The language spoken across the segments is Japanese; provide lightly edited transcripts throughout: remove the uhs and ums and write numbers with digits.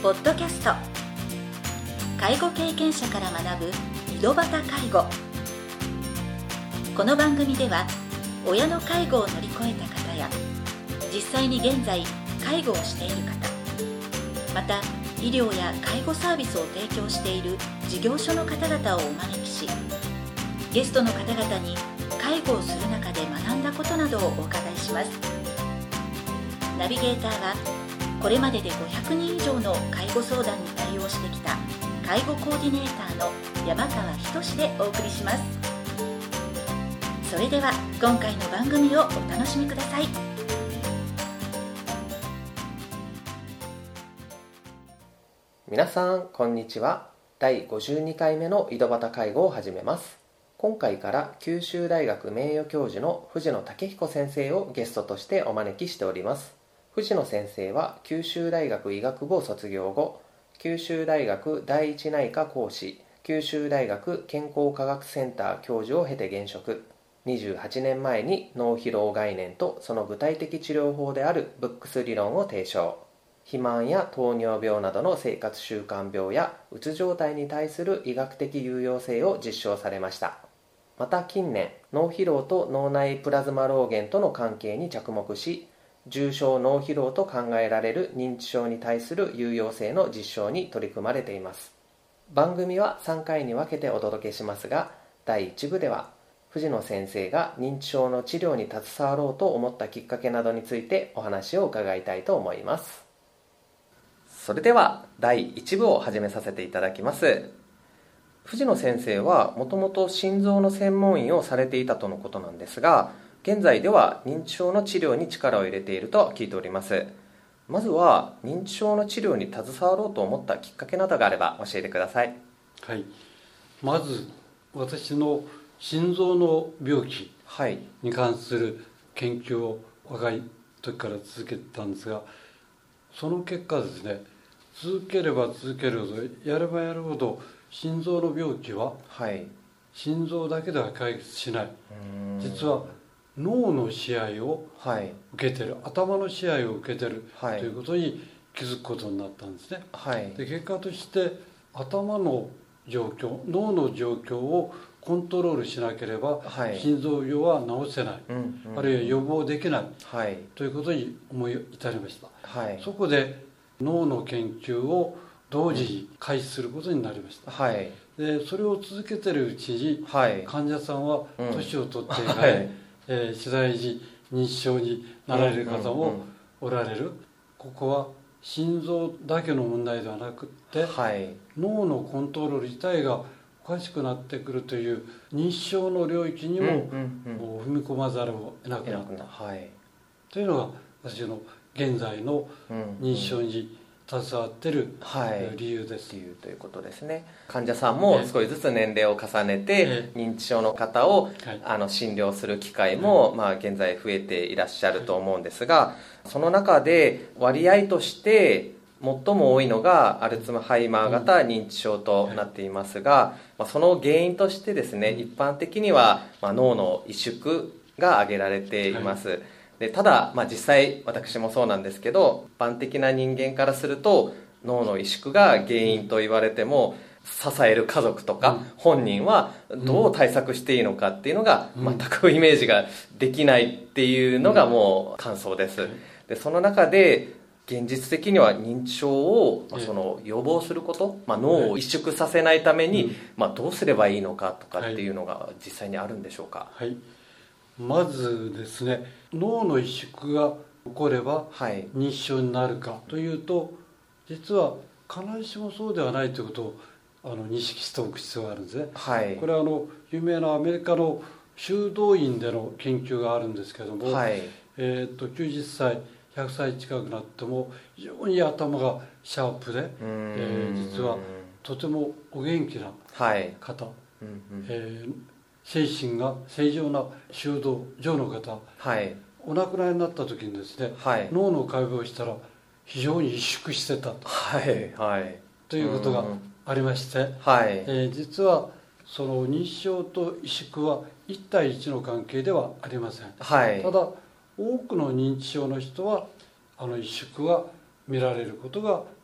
ポッドキャスト、介護経験者から学ぶ井戸端介護。この番組では親の介護を乗り越えた方や実際に現在介護をしている方、また医療や介護サービスを提供している事業所の方々をお招きし、ゲストの方々に介護をする中で学んだことなどをお伺いします。ナビゲーターはこれまでで500人以上の介護相談に対応してきた介護コーディネーターの山川仁でお送りします。それでは今回の番組をお楽しみください。 皆さんこんにちは。第52回目の井戸端介護を始めます。今回から九州大学名誉教授の藤野武彦先生をゲストとしてお招きしております。藤野先生は九州大学医学部を卒業後、九州大学第一内科講師、九州大学健康科学センター教授を経て現職。28年前に脳疲労概念とその具体的治療法であるブックス理論を提唱。肥満や糖尿病などの生活習慣病やうつ状態に対する医学的有用性を実証されました。また近年、脳疲労と脳内プラズマ老原との関係に着目し、重症脳疲労と考えられる認知症に対する有用性の実証に取り組まれています。番組は3回に分けてお届けしますが、第1部では藤野先生が認知症の治療に携わろうと思ったきっかけなどについてお話を伺いたいと思います。それでは第1部を始めさせていただきます。藤野先生はもともと心臓の専門医をされていたとのことなんですが、現在では認知症の治療に力を入れていると聞いております。まずは認知症の治療に携わろうと思ったきっかけなどがあれば教えてください。 はい、まず私の心臓の病気に関する研究を若い時から続けてたんですが、その結果ですね、続ければ続けるほど、やればやるほど心臓の病気は心臓だけでは解決しない。実は脳の支配を受けてる、頭の支配を受けてるということに気づくことになったんですね。で、結果として頭の状況、脳の状況をコントロールしなければ、心臓病は治せない、あるいは予防できない、ということに思い至りました。そこで脳の研究を同時に開始することになりました。で、それを続けてるうちに、患者さんは年を取って以来、次第に認知症になられる方もおられる。ここは心臓だけの問題ではなくって、脳のコントロール自体がおかしくなってくるという認知症の領域にも踏み込まざるを得なくなった、というのが私の現在の認知症に携わってる理由です。 ということですね。患者さんも少しずつ年齢を重ねて認知症の方を診療する機会も現在増えていらっしゃると思うんですが、その中で割合として最も多いのがアルツハイマー型認知症となっていますが、その原因としてですね、一般的には脳の萎縮が挙げられています。で、ただ、実際私もそうなんですけど、一般的な人間からすると脳の萎縮が原因と言われても、支える家族とか本人はどう対策していいのかっていうのが全くイメージができないっていうのがもう感想です。で、その中で現実的には認知症をその予防すること、脳を萎縮させないためにどうすればいいのかとかっていうのが実際にあるんでしょうか。 まずですね、脳の萎縮が起これば認知症になるかというと、実は必ずしもそうではないということを認識しておく必要があるんですね。これは有名なアメリカの修道院での研究があるんですけれども、90歳100歳近くなっても非常に頭がシャープで、実はとてもお元気な方、精神が正常な修道女の方、お亡くなりになった時にですね、脳の解剖をしたら非常に萎縮してたということがありまして、実はその認知症と萎縮は1対1の関係ではありません。ただ多くの認知症の人は萎縮は見られることが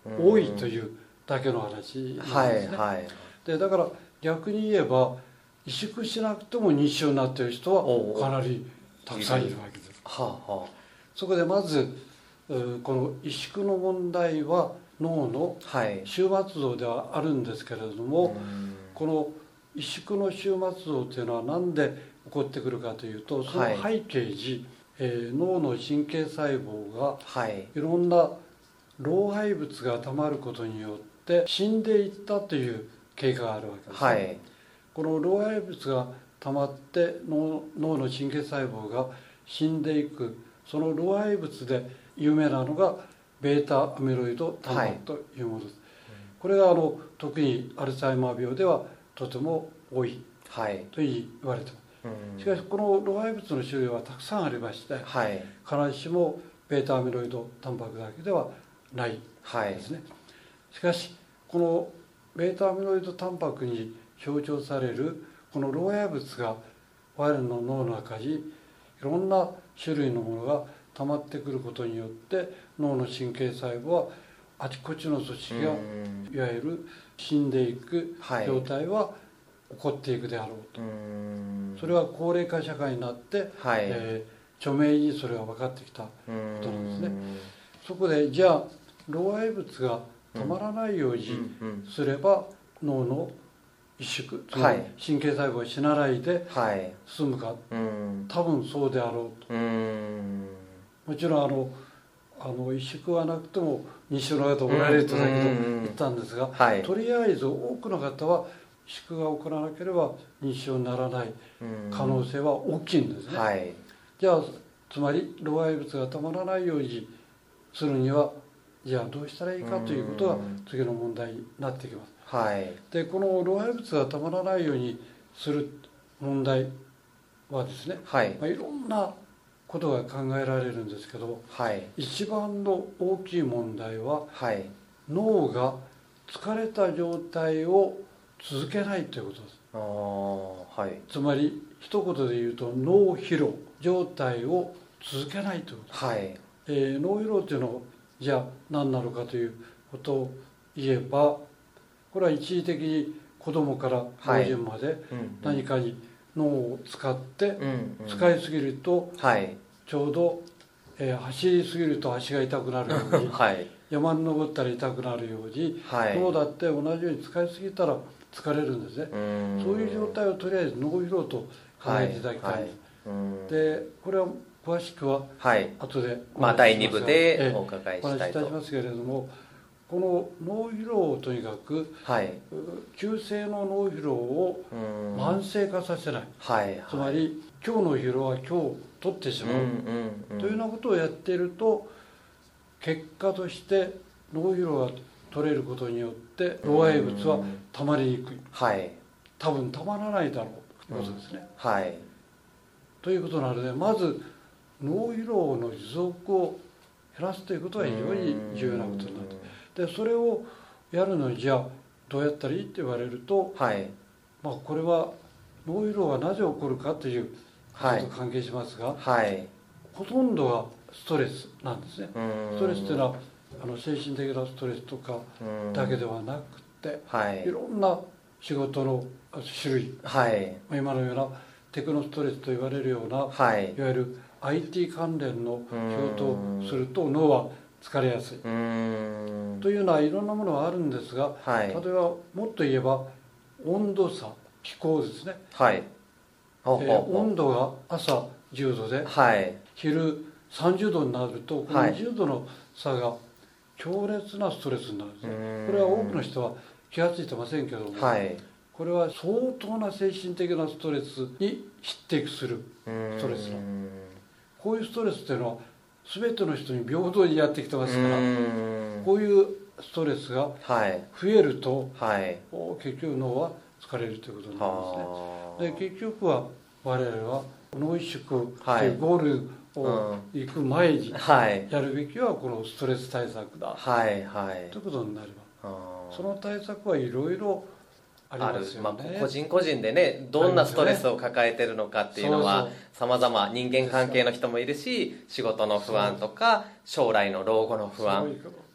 多いというだけの話なんですね。でだから逆に言えば萎縮しなくても認知症になっている人はかなりたくさんいるわけです。そこでまずこの萎縮の問題は脳の終末像ではあるんですけれども、この萎縮の終末像というのは何で起こってくるかというと、その背景時、脳の神経細胞がいろんな老廃物がたまることによって死んでいったという経過があるわけですね。この老廃物がたまって脳の神経細胞が死んでいく、その老廃物で有名なのがベータアミロイドタンパクというものです。これが特にアルツハイマー病ではとても多いと言われています。しかしこの老廃物の種類はたくさんありまして、必ずしもベータアミロイドタンパクだけではないですね。しかしこのベータアミロイドタンパクに象徴されるこの老廃物が我々の脳の中にいろんな種類のものが溜まってくることによって脳の神経細胞はあちこちの組織がいわゆる死んでいく状態は起こっていくであろうと。それは高齢化社会になって、著名にそれが分かってきたことなんですね。そこでじゃあ老廃物がたまらないようにすれば脳の萎縮、つまり神経細胞が死なないで済むか、多分そうであろうと。もちろん萎縮はなくても認知症の方おられるとだけど言ったんですが、とりあえず多くの方は萎縮が起こらなければ認知症にならない可能性は大きいんですね。じゃあつまり老廃物がたまらないようにするにはじゃあどうしたらいいかということが次の問題になってきます。でこの老廃物がたまらないようにする問題はですね、いろんなことが考えられるんですけど、一番の大きい問題は、脳が疲れた状態を続けないということです。つまり一言で言うと脳疲労状態を続けないということです。脳疲労というのをじゃあ何なのかということを言えば、これは一時的に子供から老人まで何かに脳を使って使いすぎるとちょうど走りすぎると足が痛くなるように山に登ったら痛くなるように脳だって同じように使いすぎたら疲れるんですね。そういう状態をとりあえず脳疲労と考えていただきたい。でこれは詳しくは後で第2部でお伺いしたいとお話しいたしますけれども、この脳疲労をとにかく急性の脳疲労を慢性化させない、つまり今日の疲労は今日取ってしまうというようなことをやっていると、結果として脳疲労が取れることによって老廃物はたまりにくい、多分たまらないだろうということですね。ということなので、まず脳疲労の持続を減らすということは非常に重要なことになる。でそれをやるのにじゃあどうやったらいいって言われると、これは脳疲労がなぜ起こるかということと関係しますが、ほとんどがストレスなんですね。ストレスというのは精神的なストレスとかだけではなくて、いろんな仕事の種類、今のようなテクノストレスと言われるような、いわゆる IT 関連の仕事をすると脳は疲れやすいというのはいろんなものがあるんですが、例えばもっと言えば温度差、気候ですね。温度が朝10度で、昼30度になるとこの20度の差が強烈なストレスになるんですね。これは多くの人は気が付いてませんけども、これは相当な精神的なストレスに匹敵するストレスなの。こういうストレスというのは全ての人に平等にやってきてますから、こういうストレスが増えると、結局脳は疲れるということになるんですね。で結局は我々は脳萎縮というゴールを行く前にやるべきはこのストレス対策だということになります。その対策はいろいろありますよね。 個人個人でね、どんなストレスを抱えてるのかっていうのは様々、人間関係の人もいるし、仕事の不安とか将来の老後の不安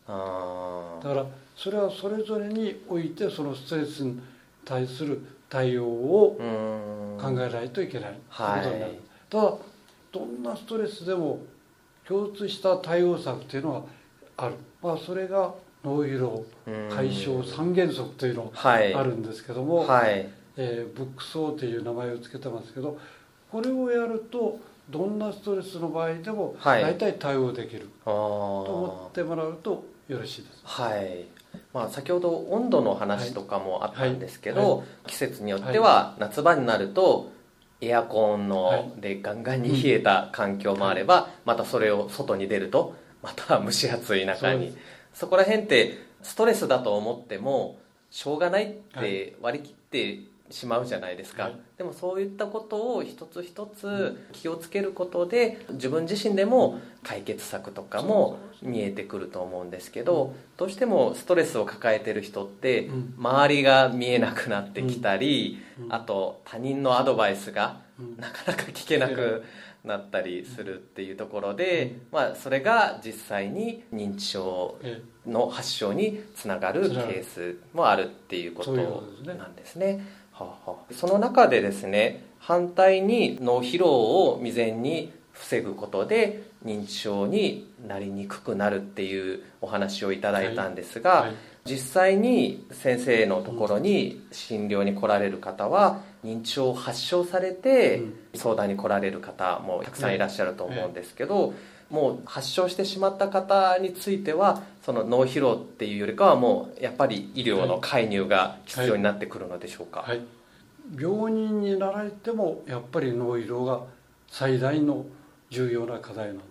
だからそれはそれぞれにおいてそのストレスに対する対応を考えないといけないということになる。ただどんなストレスでも共通した対応策というのはある。それが脳疲労解消三原則というのがあるんですけども、ブックソーという名前を付けてますけど、これをやるとどんなストレスの場合でも大体対応できると思ってもらうとよろしいです。 先ほど温度の話とかもあったんですけど、季節によっては夏場になるとエアコンでガンガンに冷えた環境もあれば、またそれを外に出るとまた蒸し暑い中に、そこら辺ってストレスだと思ってもしょうがないって割り切ってしまうじゃないですか。でもそういったことを一つ一つ気をつけることで自分自身でも解決策とかも見えてくると思うんですけど、どうしてもストレスを抱えてる人って周りが見えなくなってきたり、あと他人のアドバイスがなかなか聞けなくなったりするっていうところで、それが実際に認知症の発症につながるケースもあるっていうことなんですね。その中でですね、反対に脳疲労を未然に防ぐことで認知症になりにくくなるっていうお話をいただいたんですが、実際に先生のところに診療に来られる方は認知症を発症されて相談に来られる方もたくさんいらっしゃると思うんですけど、もう発症してしまった方についてはその脳疲労っていうよりかはもうやっぱり医療の介入が必要になってくるのでしょうか。 病人になられてもやっぱり脳疲労が最大の重要な課題なんです、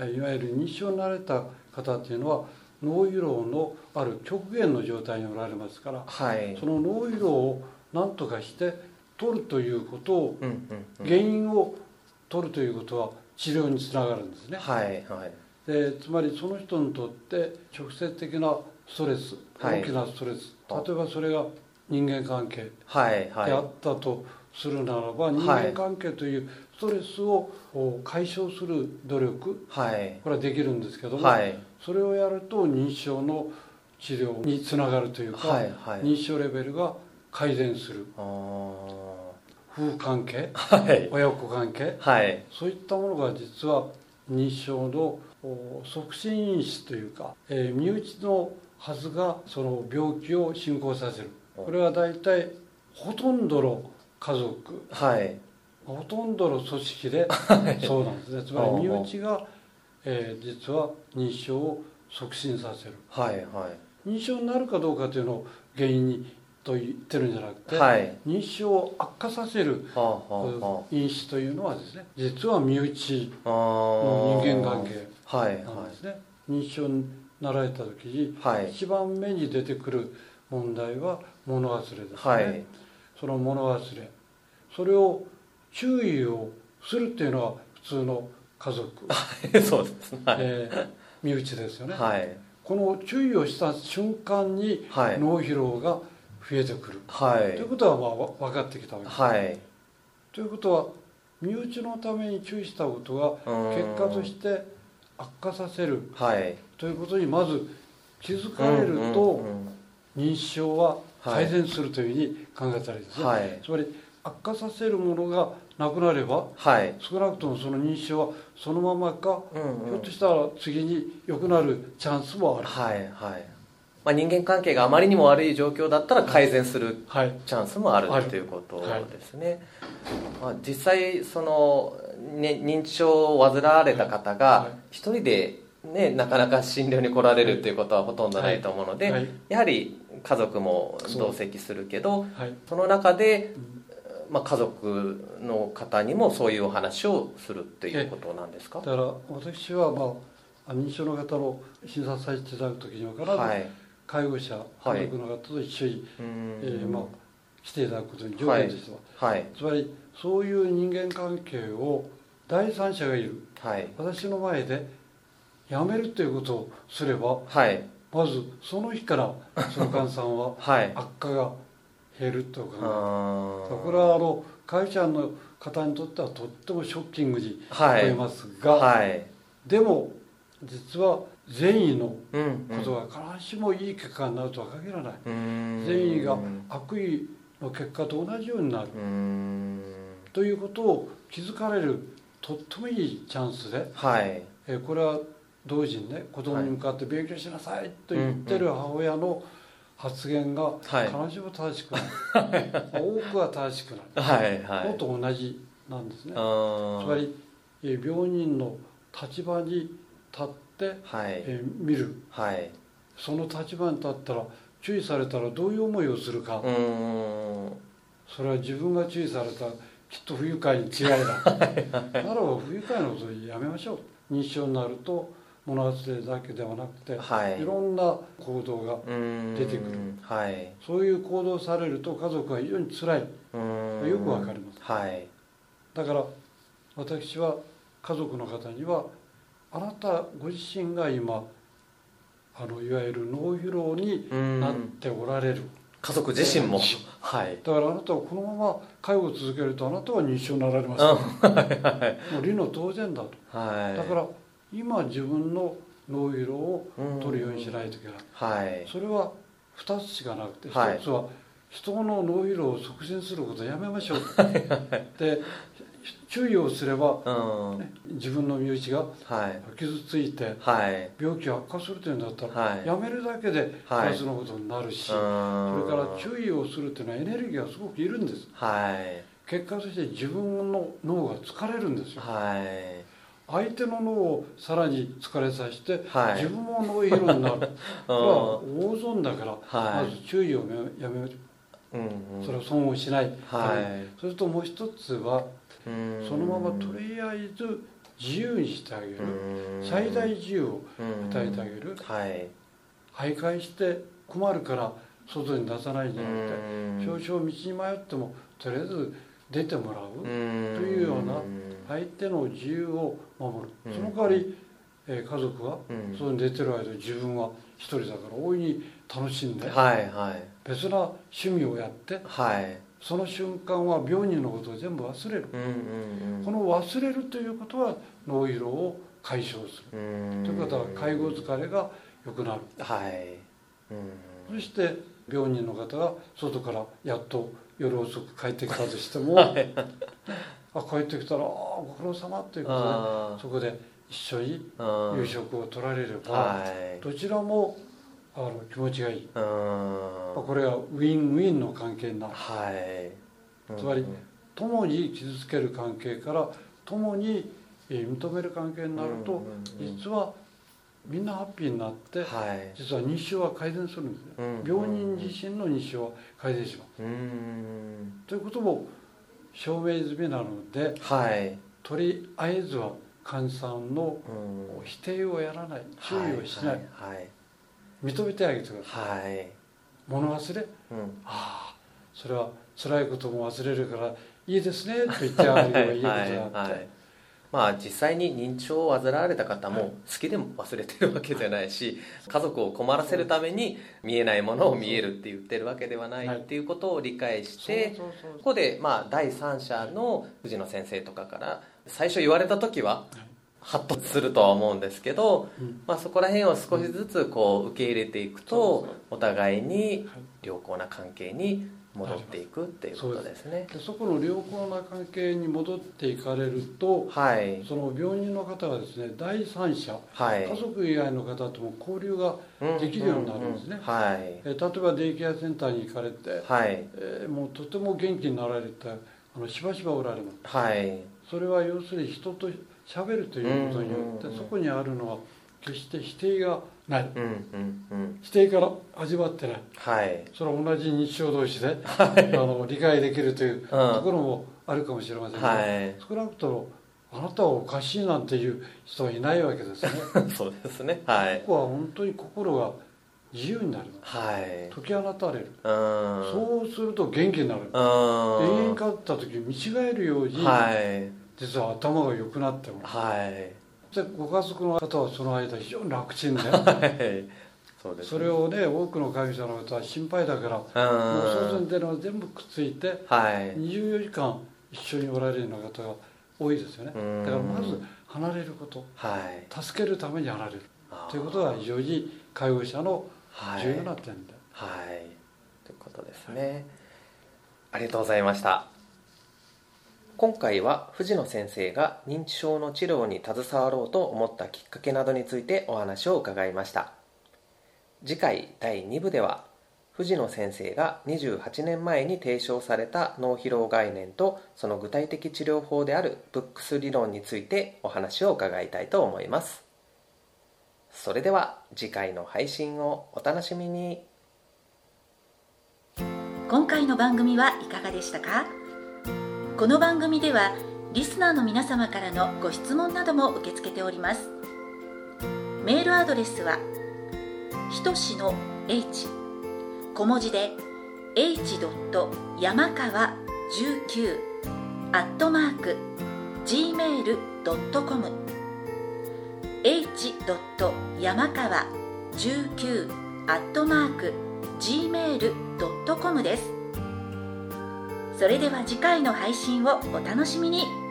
いわゆる認知症になられた方っていうのは脳疲労のある極限の状態におられますから、その脳疲労を何とかして取るということを、原因を取るということは治療につながるんですね。でつまりその人にとって直接的なストレス、大きなストレス、例えばそれが人間関係であったとするならば、人間関係というストレスを解消する努力、これはできるんですけども、それをやると認知症の治療につながるというか、認知症レベルが改善する。夫婦関係、親子関係、そういったものが実は認知症の促進因子というか、身内のはずがその病気を進行させる。これは大体ほとんどの家族、ほとんどの組織でそうなんですね。つまり身内が、実は認知症を促進させる、認知症になるかどうかというのを原因にと言ってるんじゃなくて、認知症を悪化させる因子というのはですね、実は身内の人間関係なんですね。認知症になられた時に、一番目に出てくる問題は物忘れですね。その物忘れ、それを注意をするっていうのは普通の家族そうですね、 身内ですよね。この注意をした瞬間に脳疲労が増えてくる、ということは分かってきたわけです、ということは身内のために注意したことが結果として悪化させる、ということにまず気づかれると、認知症は改善するというふうに考えたらいいですね。つまり悪化させるものがなくなれば、少なくともその認知症はそのままか、ひょっとしたら次に良くなるチャンスもある。 人間関係があまりにも悪い状況だったら改善するチャンスもあるということですね。実際その、認知症を患われた方が一人でなかなか診療に来られるということはほとんどないと思うので、やはり家族も同席するけど、その中で、家族の方にもそういうお話をするっていうことなんですか？ だから私は、認知症の方の診察させていただく時には必ず介護者、家族の方と一緒に、来ていただくことに条件としては、つまりそういう人間関係を第三者がいる、私の前でやめるということをすれば、まずその日からその患者さんは悪化が減るとか、これは介護者の方にとってはとってもショッキングに聞こえますが、でも実は善意のことが必ずしもいい結果になるとは限らない。善意が悪意の結果と同じようになるということを気づかれるとってもいいチャンスで、これは同時にね、子供に向かって勉強しなさいと言ってる母親の発言が必ずしも正しくない、多くは正しくないのと同じなんですね。つまり病人の立場に立って、見る、その立場に立ったら注意されたらどういう思いをするか、それは自分が注意されたらきっと不愉快に違いないならば不愉快なことをやめましょう。認知症になると物忘れだけではなくて、いろんな行動が出てくる、そういう行動をされると家族は非常につらい、よくわかります、だから私は家族の方には、あなたご自身が今いわゆる脳疲労になっておられる、 家族自身も、 だからあなたはこのまま介護を続けるとあなたは認知症になられますから、もう理の当然だと、だから今自分の脳疲労を取るようにしないといけない、それは2つしかなくて、1つは人の脳疲労を促進することをやめましょうで注意をすれば、自分の身内が傷ついて、病気を悪化するというんだったら、やめるだけでプラスのことになるし、それから注意をするというのはエネルギーがすごくいるんです、結果として自分の脳が疲れるんですよ、相手の脳をさらに疲れさせて、自分も脳疲労になるこれは大損だから、まず注意をやめる、それは損をしない、それともう一つは、そのままとりあえず自由にしてあげる、最大自由を与えてあげる、徘徊して困るから外に出さないんじゃなくて、少々道に迷ってもとりあえず出てもらうというような相手の自由を守る、その代わり家族は外に出てる間自分は一人だから大いに楽しんで、別な趣味をやって、その瞬間は病人のことを全部忘れる、この忘れるということは脳疲労を解消する、ということは介護疲れが良くなる、そして病人の方が外からやっと夜遅く帰ってきたとしても、帰ってきたらご苦労様ということで、そこで一緒に夕食を取られれば、どちらも気持ちがいい、これはウィンウィンの関係になる、つまり共に傷つける関係から共に認める関係になると、実はみんなハッピーになって、実は認知症は改善するんですね、病人自身の認知症は改善します、ということも証明済みなので、とりあえずは患者さんの否定をやらない、注意をしない、認めてあげてください、物忘れ、それは辛いことも忘れるからいいですねと言ってあげればいいことがあって、 実際に認知症を患われた方も好きでも忘れてるわけじゃないし、家族を困らせるために見えないものを見えるって言ってるわけではないっていうことを理解して、ここで第三者の藤野先生とかから最初言われた時はハッとするとは思うんですけど、そこら辺を少しずつ受け入れていくと、お互いに良好な関係に戻っていくっていうことですね。 そこの良好な関係に戻っていかれると、その病人の方がですね、第三者、家族以外の方とも交流ができるようになるんですね。例えばデイケアセンターに行かれて、もうとても元気になられたしばしばおられます、それは要するに人と喋るということによって、そこにあるのは決して否定がない、否定から味わってない、それは同じ認知症同士で、理解できるというところもあるかもしれませんが、少なくともあなたはおかしいなんていう人はいないわけですねそうですね、 ここは本当に心が自由になる、解き放たれる、そうすると元気になる、永遠かった時見違えるように、実は頭が良くなっても、でご家族の方はその間非常に楽ちんで、それをね、多くの介護者の方は心配だから、もう外に出るのは全部くっついて、24時間一緒におられるような方が多いですよね。だからまず離れること、助けるために離れる、 ということが非常に介護者の重要な点で、 ということですね。ありがとうございました。今回は藤野先生が認知症の治療に携わろうと思ったきっかけなどについてお話を伺いました。次回第2部では藤野先生が28年前に提唱された脳疲労概念とその具体的治療法であるブックス理論についてお話を伺いたいと思います。それでは次回の配信をお楽しみに。 今回の番組はいかがでしたか？この番組ではリスナーの皆様からのご質問なども受け付けております。メールアドレスはひとしの h 小文字で h. 山川19 @gmail.com h. 山川19 @gmail.com です。それでは次回の配信をお楽しみに。